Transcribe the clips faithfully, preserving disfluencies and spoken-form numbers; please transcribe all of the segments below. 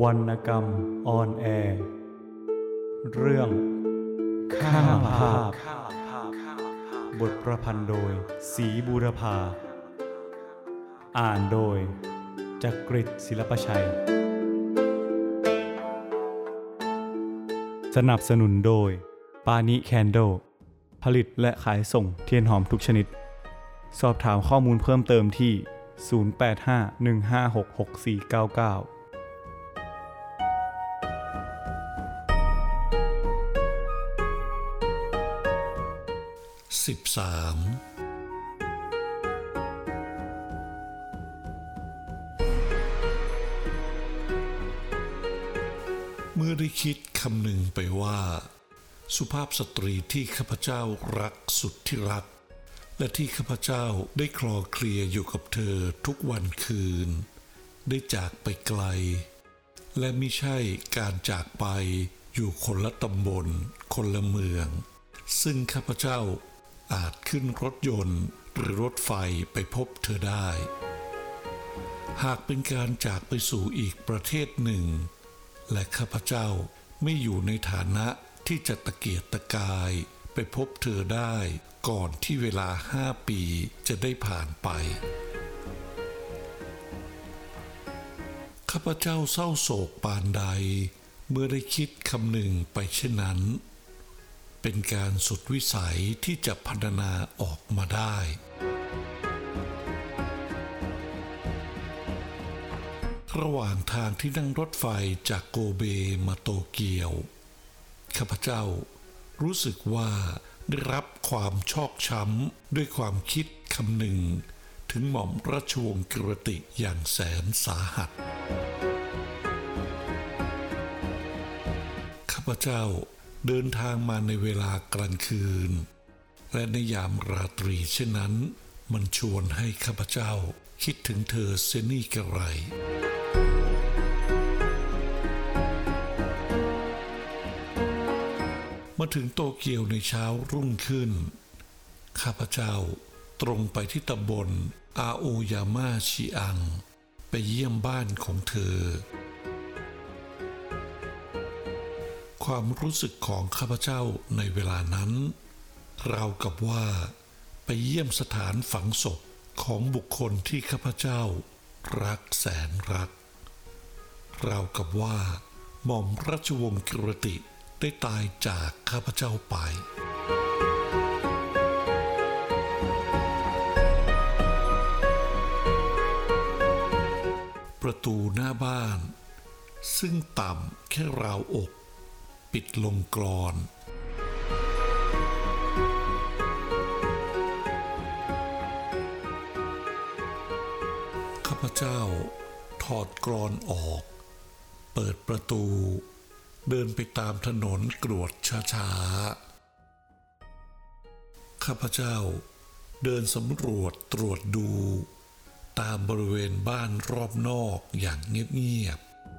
วรรณกรรมออนแอร์เรื่องข้ามภาพบทประพันธ์โดยศรีบูรพาอ่านโดยจักริดศิลปชัยสนับสนุนโดยปานิแคนโดผลิตและขายส่งเทียนหอมทุกชนิดสอบถามข้อมูลเพิ่มเติมที่ศูนย์ แปด ห้า หนึ่ง ห้า หก หก สี่ เก้า เก้าสิบสามเมื่อได้คิดคำหนึ่งไปว่าสุภาพสตรีที่ข้าพเจ้ารักสุดที่รักและที่ข้าพเจ้าได้คลอเคลียอยู่กับเธอทุกวันคืนได้จากไปไกลและมิใช่การจากไปอยู่คนละตำบลคนละเมืองซึ่งข้าพเจ้าอาจขึ้นรถยนต์หรือรถไฟไปพบเธอได้หากเป็นการจากไปสู่อีกประเทศหนึ่งและข้าพเจ้าไม่อยู่ในฐานะที่จะตะเกียกตะกายไปพบเธอได้ก่อนที่เวลาห้าปีจะได้ผ่านไปข้าพเจ้าเศร้าโศกปานใดเมื่อได้คิดคำหนึ่งไปเช่นนั้นเป็นการสุดวิสัยที่จะพรรณนาออกมาได้ระหว่างทางที่นั่งรถไฟจากโกเบมาโตเกียวข้าพเจ้ารู้สึกว่าได้รับความชอกช้ำด้วยความคิดคำหนึ่งถึงหม่อมราชวงศ์กิรติอย่างแสนสาหัสข้าพเจ้าเดินทางมาในเวลากลางคืนและในยามราตรีเช่นนั้นมันชวนให้ข้าพเจ้าคิดถึงเธอเสียนี่กระไรมาถึงโตเกียวในเช้ารุ่งขึ้นข้าพเจ้าตรงไปที่ตำบลอาโอยาม่าชิอังไปเยี่ยมบ้านของเธอความรู้สึกของข้าพเจ้าในเวลานั้นราวกับว่าไปเยี่ยมสถานฝังศพของบุคคลที่ข้าพเจ้ารักแสนรักราวกับว่าหม่อมราชวงศ์กิรติได้ตายจากข้าพเจ้าไปประตูหน้าบ้านซึ่งต่ำแค่ราวอกปิดลงกลอนข้าพเจ้าถอดกลอนออกเปิดประตูเดินไปตามถนนกรวดช้าๆข้าพเจ้าเดินสำรวจตรวจดูตามบริเวณบ้านรอบนอกอย่างเงียบ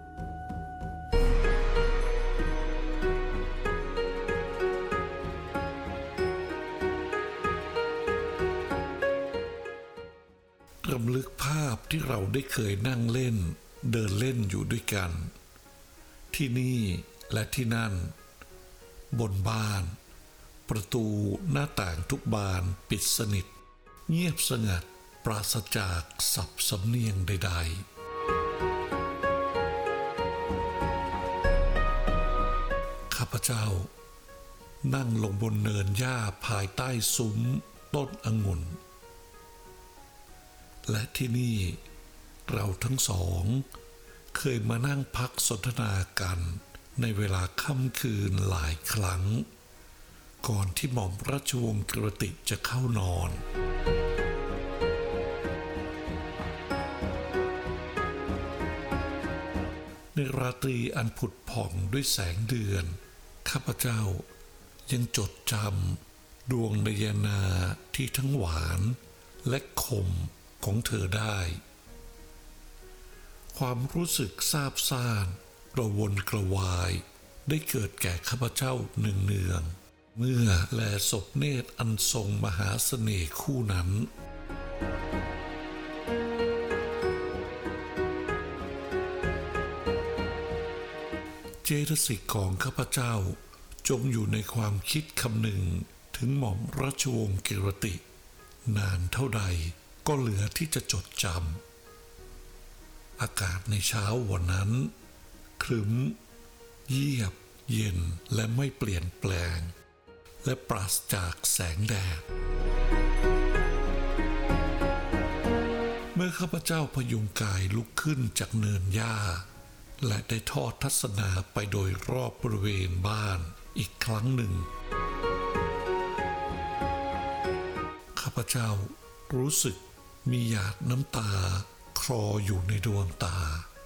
ๆรำลึกภาพที่เราได้เคยนั่งเล่นเดินเล่นอยู่ด้วยกันที่นี่และที่นั่นบนบ้านประตูหน้าต่างทุกบานปิดสนิทเงียบสงัดปราศจากสับสำเนียงใดๆข้าพเจ้านั่งลงบนเนินหญ้าภายใต้ซุ้มต้นองุ่นและที่นี่เราทั้งสองเคยมานั่งพักสนทนากันในเวลาค่ำคืนหลายครั้งก่อนที่หม่อมราชวงศ์กิรติจะเข้านอนในราตรีอันผุดผ่องด้วยแสงเดือนข้าพเจ้ายังจดจำดวงนยนาที่ทั้งหวานและคมของเธอได้ความรู้สึกซาบซ่านกระวนกระวายได้เกิดแก่ข้าพเจ้าเนืองๆเมื่อแลศพเนตรอันทรงมหาเสน่ห์คู่นั้น ขเจตสิกของข้าพเจ้าจงอยู่ในความคิดคำหนึ่งถึงหม่อมราชวงศ์กิรตินานเท่าใดก็เหลือที่จะจดจำอากาศในเช้าวันนั้นครึ้มเยียบเย็นและไม่เปลี่ยนแปลงและปราศจากแสงแดดเมื่อข้าพเจ้าพยุงกายลุกขึ้นจากเนินหญ้าและได้ทอดทัศนาไปโดยรอบบริเวณบ้านอีกครั้งหนึ่งข้าพเจ้ารู้สึกมีหยาดน้ำตาคลออยู่ในดวงตา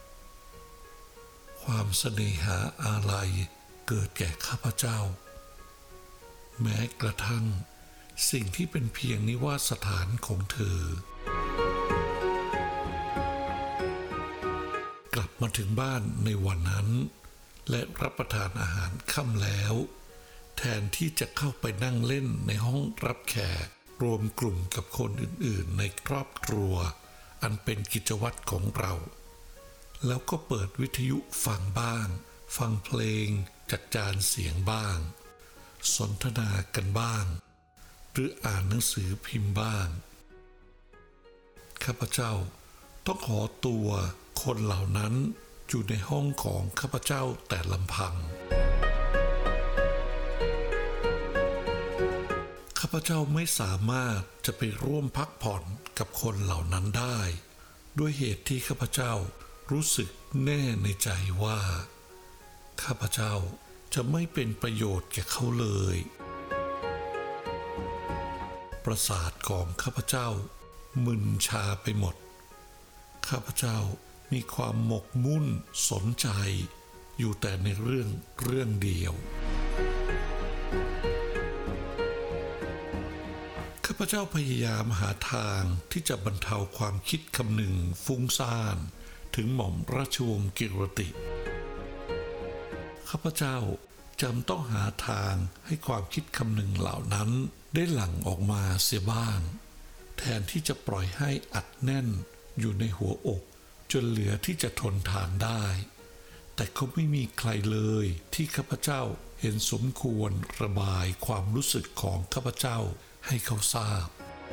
ความเสน่หาอาลัยเกิดแก่ข้าพเจ้าแม้กระทั่งสิ่งที่เป็นเพียงนิวาสสถานของเธอกลับมาถึงบ้านในวันนั้นและรับประทานอาหารค่ำแล้วแทนที่จะเข้าไปนั่งเล่นในห้องรับแขกรวมกลุ่มกับคนอื่นๆในครอบครัวอันเป็นกิจวัตรของเราแล้วก็เปิดวิทยุฟังบ้างฟังเพลงจัดจานเสียงบ้างสนทนากันบ้างหรืออ่านหนังสือพิมพ์บ้างข้าพเจ้าต้องขอตัวคนเหล่านั้นอยู่ในห้องของข้าพเจ้าแต่ลำพังข้าพเจ้าไม่สามารถจะไปร่วมพักผ่อนกับคนเหล่านั้นได้ด้วยเหตุที่ข้าพเจ้ารู้สึกแน่ในใจว่าข้าพเจ้าจะไม่เป็นประโยชน์แก่เขาเลยประสาทของข้าพเจ้ามึนชาไปหมดข้าพเจ้ามีความหมกมุ่นสนใจอยู่แต่ในเรื่องเรื่องเดียวข้าพเจ้าพยายามหาทางที่จะบรรเทาความคิดคำหนึ่งฟุ้งซ่านถึงหม่อมราชวงศ์กิรติข้าพเจ้าจำต้องหาทางให้ความคิดคำหนึ่งเหล่านั้นได้หลั่งออกมาเสียบ้างแทนที่จะปล่อยให้อัดแน่นอยู่ในหัวอกจนเหลือที่จะทนทานได้แต่ก็ไม่มีใครเลยที่ข้าพเจ้าเห็นสมควรระบายความรู้สึกของข้าพเจ้าให้เขาทราบ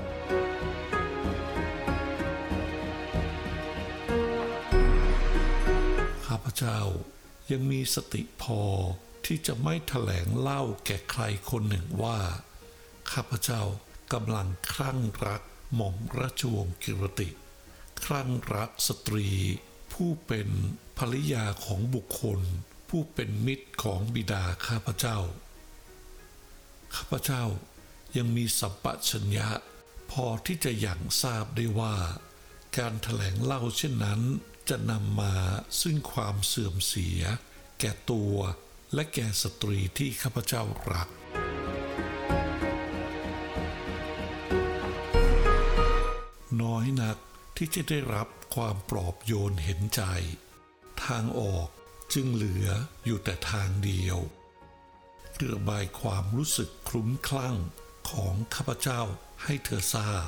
ข้าพเจ้ายังมีสติพอที่จะไม่แถลงเล่าแก่ใครคนหนึ่งว่าข้าพเจ้ากำลังคลั่งรักหม่อมราชวงศ์กิรติคลั่งรักสตรีผู้เป็นภริยาของบุคคลผู้เป็นมิตรของบิดาข้าพเจ้าข้าพเจ้ายังมีสัมปชัญญะพอที่จะยังทราบได้ว่าการแถลงเล่าเช่นนั้นจะนำมาซึ่งความเสื่อมเสียแก่ตัวและแก่สตรีที่ข้าพเจ้ารักน้อยนักที่จะได้รับความปลอบโยนเห็นใจทางออกจึงเหลืออยู่แต่ทางเดียวระบายความรู้สึกคลุ้มคลั่งของข้าพเจ้าให้เธอทราบ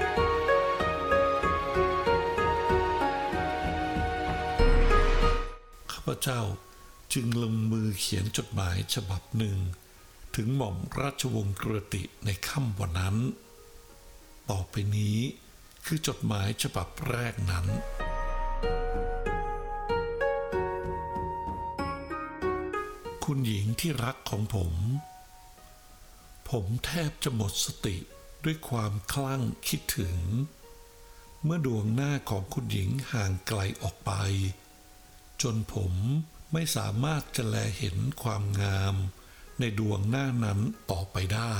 ข้าพเจ้าจึงลงมือเขียนจดหมายฉบับหนึ่งถึงหม่อมราชวงศ์กิรติในค่ำวันนั้นต่อไปนี้คือจดหมายฉบับแรกนั้นคุณหญิงที่รักของผมผมแทบจะหมดสติด้วยความคลั่งคิดถึงเมื่อดวงหน้าของคุณหญิงห่างไกลออกไปจนผมไม่สามารถจะแลเห็นความงามในดวงหน้านั้นต่อไปได้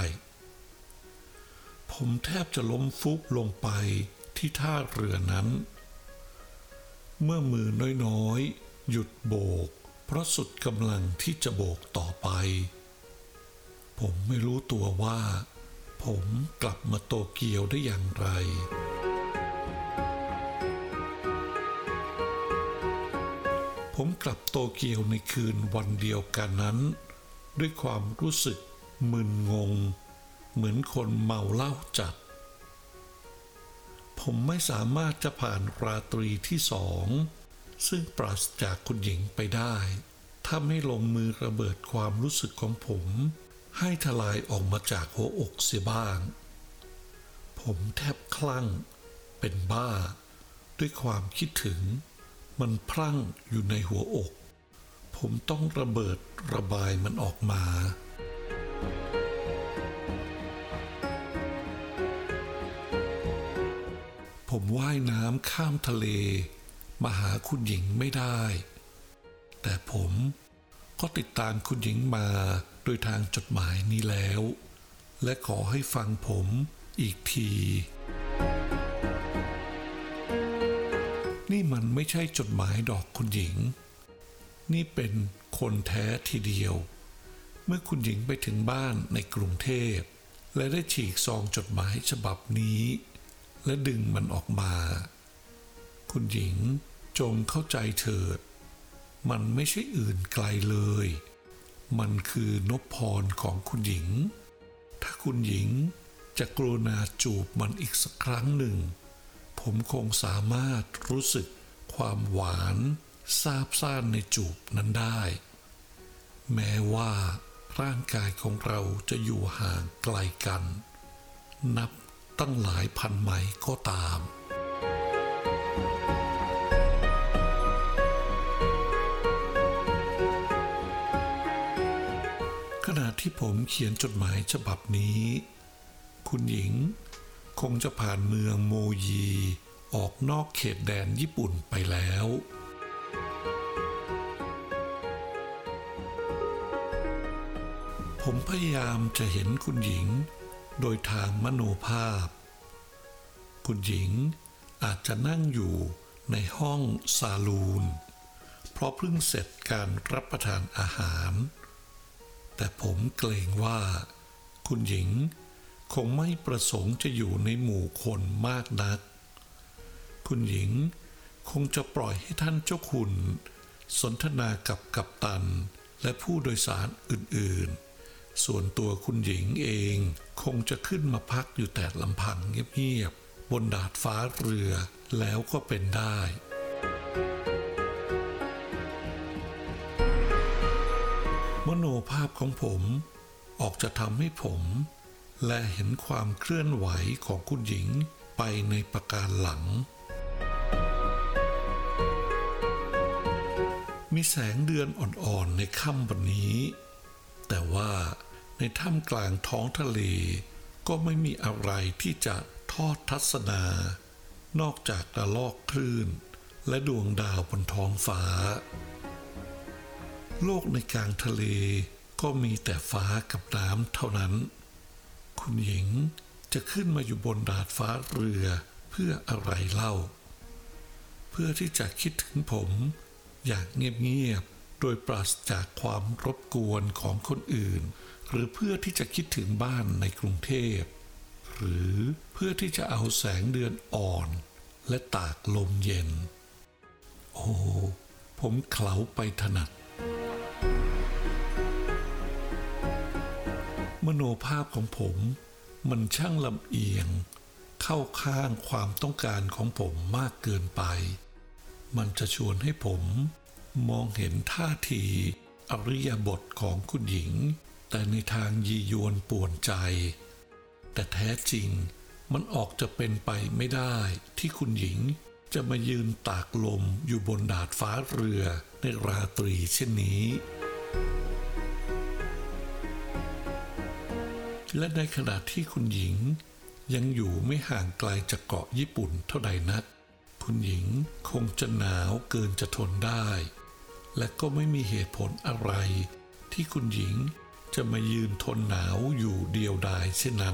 ผมแทบจะล้มฟุบลงไปที่ท่าเรือนั้นเมื่อมือน้อยๆหยุดโบกเพราะสุดกำลังที่จะโบกต่อไปผมไม่รู้ตัวว่าผมกลับมาโตเกียวได้อย่างไรผมกลับโตเกียวในคืนวันเดียวกันนั้นด้วยความรู้สึกมึนงงเหมือนคนเมาเหล้าจัดผมไม่สามารถจะผ่านราตรีที่สองซึ่งปราศจากคุณหญิงไปได้ทถ้าไม่ลงมือระเบิดความรู้สึกของผมให้ทลายออกมาจากหัวอกเสียบ้างผมแทบคลั่งเป็นบ้าด้วยความคิดถึงมันพรั่งอยู่ในหัวอกผมต้องระเบิดระบายมันออกมาผมว่ายน้ำข้ามทะเลมาหาคุณหญิงไม่ได้แต่ผมก็ติดตามคุณหญิงมาโดยทางจดหมายนี้แล้วและขอให้ฟังผมอีกทีนี่มันไม่ใช่จดหมายดอกคุณหญิงนี่เป็นคนแท้ทีเดียวเมื่อคุณหญิงไปถึงบ้านในกรุงเทพและได้ฉีกซองจดหมายฉบับนี้และดึงมันออกมาคุณหญิงจงเข้าใจเถิดมันไม่ใช่อื่นไกลเลยมันคือนพพรของคุณหญิงถ้าคุณหญิงจะกรุณาจูบมันอีกสักครั้งหนึ่งผมคงสามารถรู้สึกความหวานซาบซ่านในจูบนั้นได้แม้ว่าร่างกายของเราจะอยู่ห่างไกลกันนับตั้งหลายพันไมล์ก็ตามขณะที่ผมเขียนจดหมายฉบับนี้คุณหญิงคงจะผ่านเมืองโมยีออกนอกเขตแดนญี่ปุ่นไปแล้วผมพยายามจะเห็นคุณหญิงโดยทางมโนภาพคุณหญิงอาจจะนั่งอยู่ในห้องซาลูนเพราะเพิ่งเสร็จการรับประทานอาหารแต่ผมเกรงว่าคุณหญิงคงไม่ประสงค์จะอยู่ในหมู่คนมากนักคุณหญิงคงจะปล่อยให้ท่านเจ้าคุณสนทนากับกัปตันและผู้โดยสารอื่นๆส่วนตัวคุณหญิงเองคงจะขึ้นมาพักอยู่แต่ลำพังเงียบๆบนดาดฟ้าเรือแล้วก็เป็นได้มโนภาพของผมออกจะทำให้ผมและเห็นความเคลื่อนไหวของคุณหญิงไปในประการหลังมีแสงเดือนอ่อนๆในค่ำวันนี้แต่ว่าในท่ามกลางท้องทะเลก็ไม่มีอะไรที่จะทอดทัศนานอกจากระลอกคลื่นและดวงดาวบนท้องฟ้าโลกในกลางทะเลก็มีแต่ฟ้ากับน้ำเท่านั้นคุณหญิงจะขึ้นมาอยู่บนดาดฟ้าเรือเพื่ออะไรเล่าเพื่อที่จะคิดถึงผมอย่างเงียบๆโดยปราศจากความรบกวนของคนอื่นหรือเพื่อที่จะคิดถึงบ้านในกรุงเทพหรือเพื่อที่จะเอาแสงเดือนอ่อนและตากลมเย็นโอ้ผมเคล้าไปถนัดมโนภาพของผมมันช่างลำเอียงเข้าข้างความต้องการของผมมากเกินไปมันจะชวนให้ผมมองเห็นท่าทีอริยบทของคุณหญิงแต่ในทางยียวนป่วนใจแต่แท้จริงมันออกจะเป็นไปไม่ได้ที่คุณหญิงจะมายืนตากลมอยู่บนดาดฟ้าเรือในราตรีเช่นนี้และในขณะที่คุณหญิงยังอยู่ไม่ห่างไกลจากเกาะญี่ปุ่นเท่าใดนักคุณหญิงคงจะหนาวเกินจะทนได้และก็ไม่มีเหตุผลอะไรที่คุณหญิงจะมายืนทนหนาวอยู่เดียวดายเช่นนั้น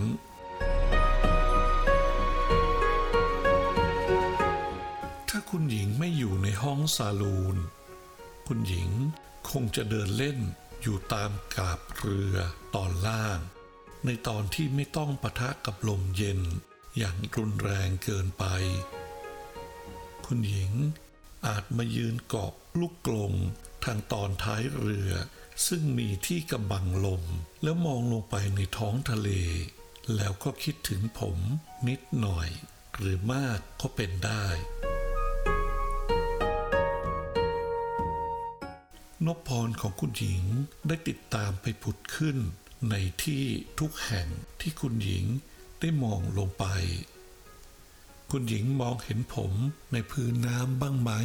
ถ้าคุณหญิงไม่อยู่ในห้องซาลูนคุณหญิงคงจะเดินเล่นอยู่ตามกาบเรือตอนล่างในตอนที่ไม่ต้องปะทะกับลมเย็นอย่างรุนแรงเกินไปคุณหญิงอาจมายืนเกาะลูกกลงทางตอนท้ายเรือซึ่งมีที่กำบังลมแล้วมองลงไปในท้องทะเลแล้วก็คิดถึงผมนิดหน่อยหรือมากก็เป็นได้นพพรของคุณหญิงได้ติดตามไปผุดขึ้นในที่ทุกแห่งที่คุณหญิงได้มองลงไปคุณหญิงมองเห็นผมในพื้นน้ำบ้างไหม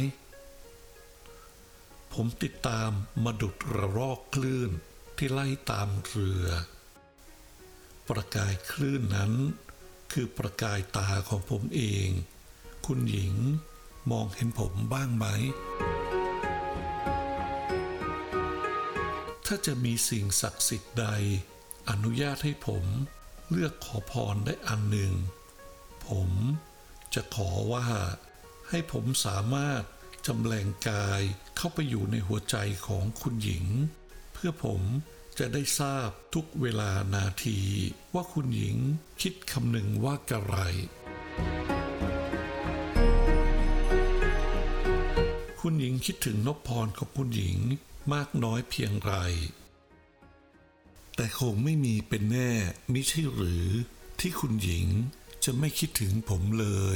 ผมติดตามมาดุจระรอกคลื่นที่ไล่ตามเรือประกายคลื่นนั้นคือประกายตาของผมเองคุณหญิงมองเห็นผมบ้างไหมถ้าจะมีสิ่งศักดิ์สิทธิ์ใดอนุญาตให้ผมเลือกขอพรได้อันหนึ่งผมจะขอว่าให้ผมสามารถจำแรงกายเข้าไปอยู่ในหัวใจของคุณหญิงเพื่อผมจะได้ทราบทุกเวลานาทีว่าคุณหญิงคิดคำหนึ่งว่ากระไรคุณหญิงคิดถึงนพพรของคุณหญิงมากน้อยเพียงไรแต่คงไม่มีเป็นแน่มิใช่หรือที่คุณหญิงจะไม่คิดถึงผมเลย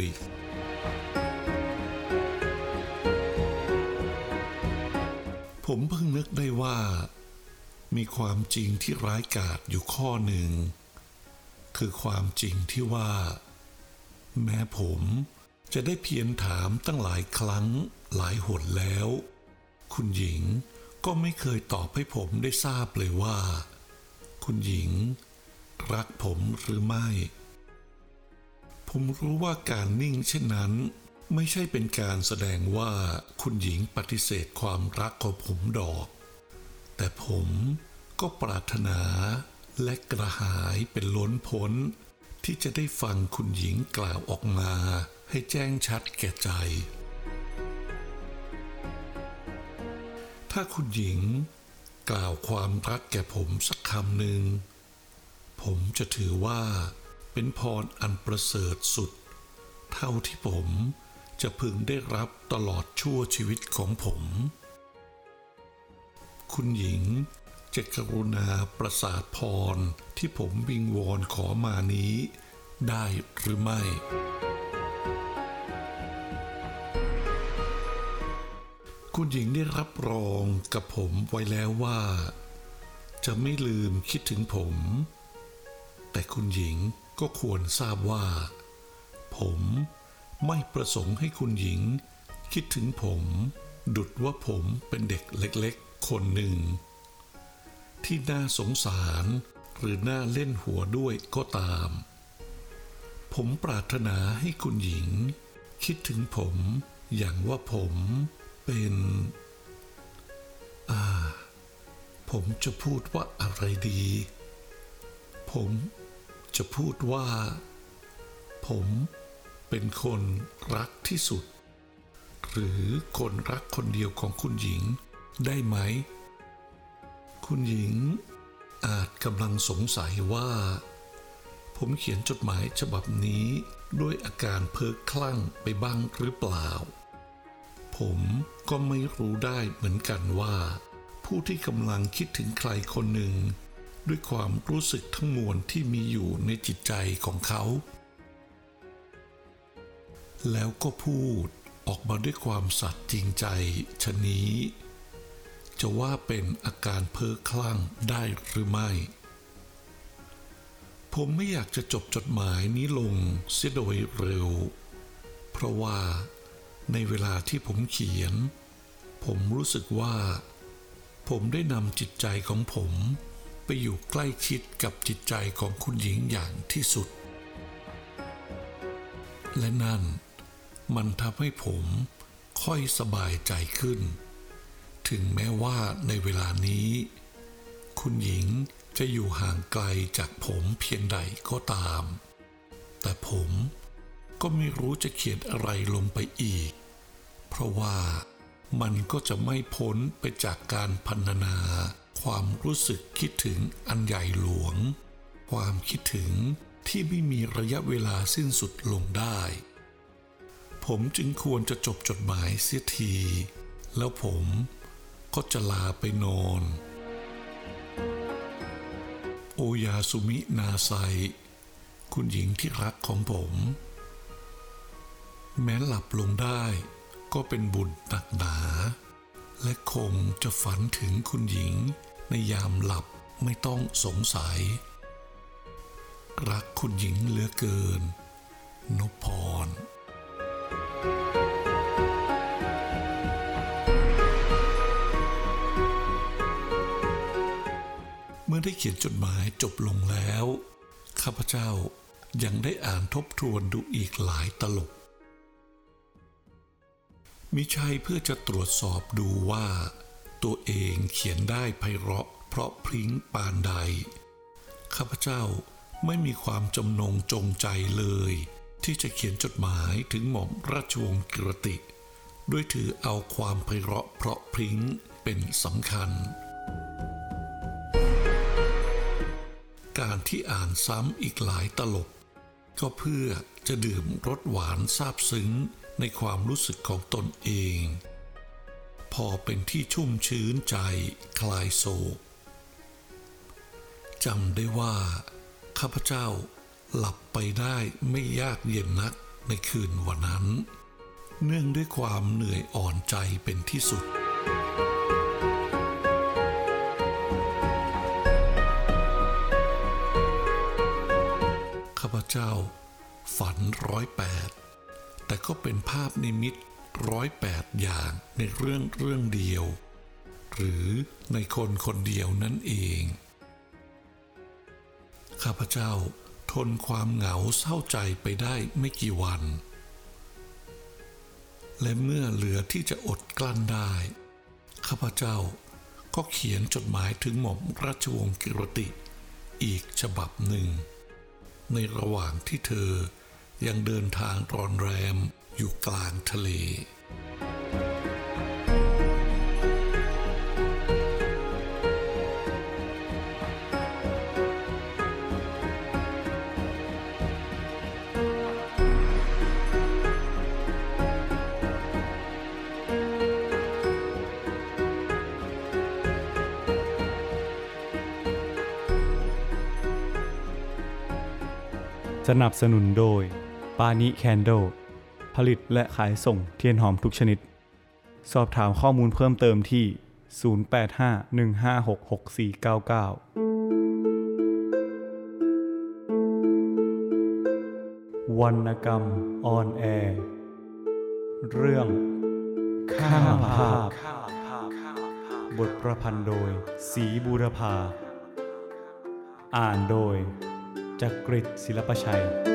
ผมเพิ่งนึกได้ว่ามีความจริงที่ร้ายกาจอยู่ข้อหนึ่งคือความจริงที่ว่าแม้ผมจะได้เพียรถามตั้งหลายครั้งหลายหนแล้วคุณหญิงก็ไม่เคยตอบให้ผมได้ทราบเลยว่าคุณหญิงรักผมหรือไม่ผมรู้ว่าการนิ่งเช่นนั้นไม่ใช่เป็นการแสดงว่าคุณหญิงปฏิเสธความรักของผมดอกแต่ผมก็ปรารถนาและกระหายเป็นล้นพ้นที่จะได้ฟังคุณหญิงกล่าวออกมาให้แจ้งชัดแก่ใจถ้าคุณหญิงกล่าวความรักแก่ผมสักคำหนึ่งผมจะถือว่าเป็นพรอันประเสริฐสุดเท่าที่ผมจะพึงได้รับตลอดชั่วชีวิตของผมคุณหญิงจะกรุณาประสาทพรที่ผมวิงวอนขอมานี้ได้หรือไม่คุณหญิงได้รับรองกับผมไว้แล้วว่าจะไม่ลืมคิดถึงผมแต่คุณหญิงก็ควรทราบว่าผมไม่ประสงค์ให้คุณหญิงคิดถึงผมดุจว่าผมเป็นเด็กเล็กๆคนหนึ่งที่น่าสงสารหรือน่าเล่นหัวด้วยก็ตามผมปรารถนาให้คุณหญิงคิดถึงผมอย่างว่าผมเป็นอ่าผมจะพูดว่าอะไรดีผมจะพูดว่าผมเป็นคนรักที่สุดหรือคนรักคนเดียวของคุณหญิงได้ไหมคุณหญิงอาจกำลังสงสัยว่าผมเขียนจดหมายฉบับนี้ด้วยอาการเพ้อคลั่งไปบ้างหรือเปล่าผมก็ไม่รู้ได้เหมือนกันว่าผู้ที่กำลังคิดถึงใครคนหนึ่งด้วยความรู้สึกทั้งมวลที่มีอยู่ในจิตใจของเขาแล้วก็พูดออกมาด้วยความสัตย์จริงใจชะนี้จะว่าเป็นอาการเพ้อคลั่งได้หรือไม่ผมไม่อยากจะจบจดหมายนี้ลงเสียโดยเร็วเพราะว่าในเวลาที่ผมเขียนผมรู้สึกว่าผมได้นำจิตใจของผมไปอยู่ใกล้ชิดกับจิตใจของคุณหญิงอย่างที่สุดและนั่นมันทำให้ผมค่อยสบายใจขึ้นถึงแม้ว่าในเวลานี้คุณหญิงจะอยู่ห่างไกลจากผมเพียงใดก็ตามแต่ผมก็ไม่รู้จะเขียนอะไรลงไปอีกเพราะว่ามันก็จะไม่พ้นไปจากการพรรณนาความรู้สึกคิดถึงอันใหญ่หลวงความคิดถึงที่ไม่มีระยะเวลาสิ้นสุดลงได้ผมจึงควรจะจบจดหมายเสียทีแล้วผมก็จะลาไปนอนโอยาสุมินาไซคุณหญิงที่รักของผมแม้หลับลงได้ก็เป็นบุญหนักหนาและคงจะฝันถึงคุณหญิงในยามหลับไม่ต้องสงสัยรักคุณหญิงเหลือเกินนพพรเมื่อได้เขียนจดหมายจบลงแล้วข้าพเจ้ายังได้อ่านทบทวนดูอีกหลายตลบมิใช่เพื่อจะตรวจสอบดูว่าตัวเองเขียนได้ไพเราะเพราะพริ้งปานใดข้าพเจ้าไม่มีความจำนงจงใจเลยที่จะเขียนจดหมายถึงหม่อมราชวงศ์กิรติด้วยถือเอาความไพเราะเพราะพริ้งเป็นสำคัญการที่อ่านซ้ำอีกหลายตลบก็เพื่อจะดื่มรสหวานซาบซึ้งในความรู้สึกของตนเองพอเป็นที่ชุ่มชื้นใจคลายโศกจำได้ว่าข้าพเจ้าหลับไปได้ไม่ยากเย็นนักในคืนวันนั้นเนื่องด้วยความเหนื่อยอ่อนใจเป็นที่สุดข้าพเจ้าฝันร้อยแปดแต่ก็เป็นภาพนิมิตร้อยแปดอย่างในเรื่องเรื่องเดียวหรือในคนคนเดียวนั่นเองข้าพเจ้าทนความเหงาเศร้าใจไปได้ไม่กี่วันและเมื่อเหลือที่จะอดกลั้นได้ข้าพเจ้าก็เขียนจดหมายถึงหม่อมราชวงศ์กิรติอีกฉบับหนึ่งในระหว่างที่เธอยังเดินทางรอนแรมอยู่กลางทะเลสนับสนุนโดยปานิแคนโดผลิตและขายส่งเทียนหอมทุกชนิดสอบถามข้อมูลเพิ่มเติมที่ศูนย์ แปด ห้า หนึ่ง ห้า หก หก สี่ เก้า เก้าวรรณกรรมออนแอร์เรื่องข้ามภาพบทประพันธ์โดยศรีบูรพาอ่านโดยจักริดศิลปชัย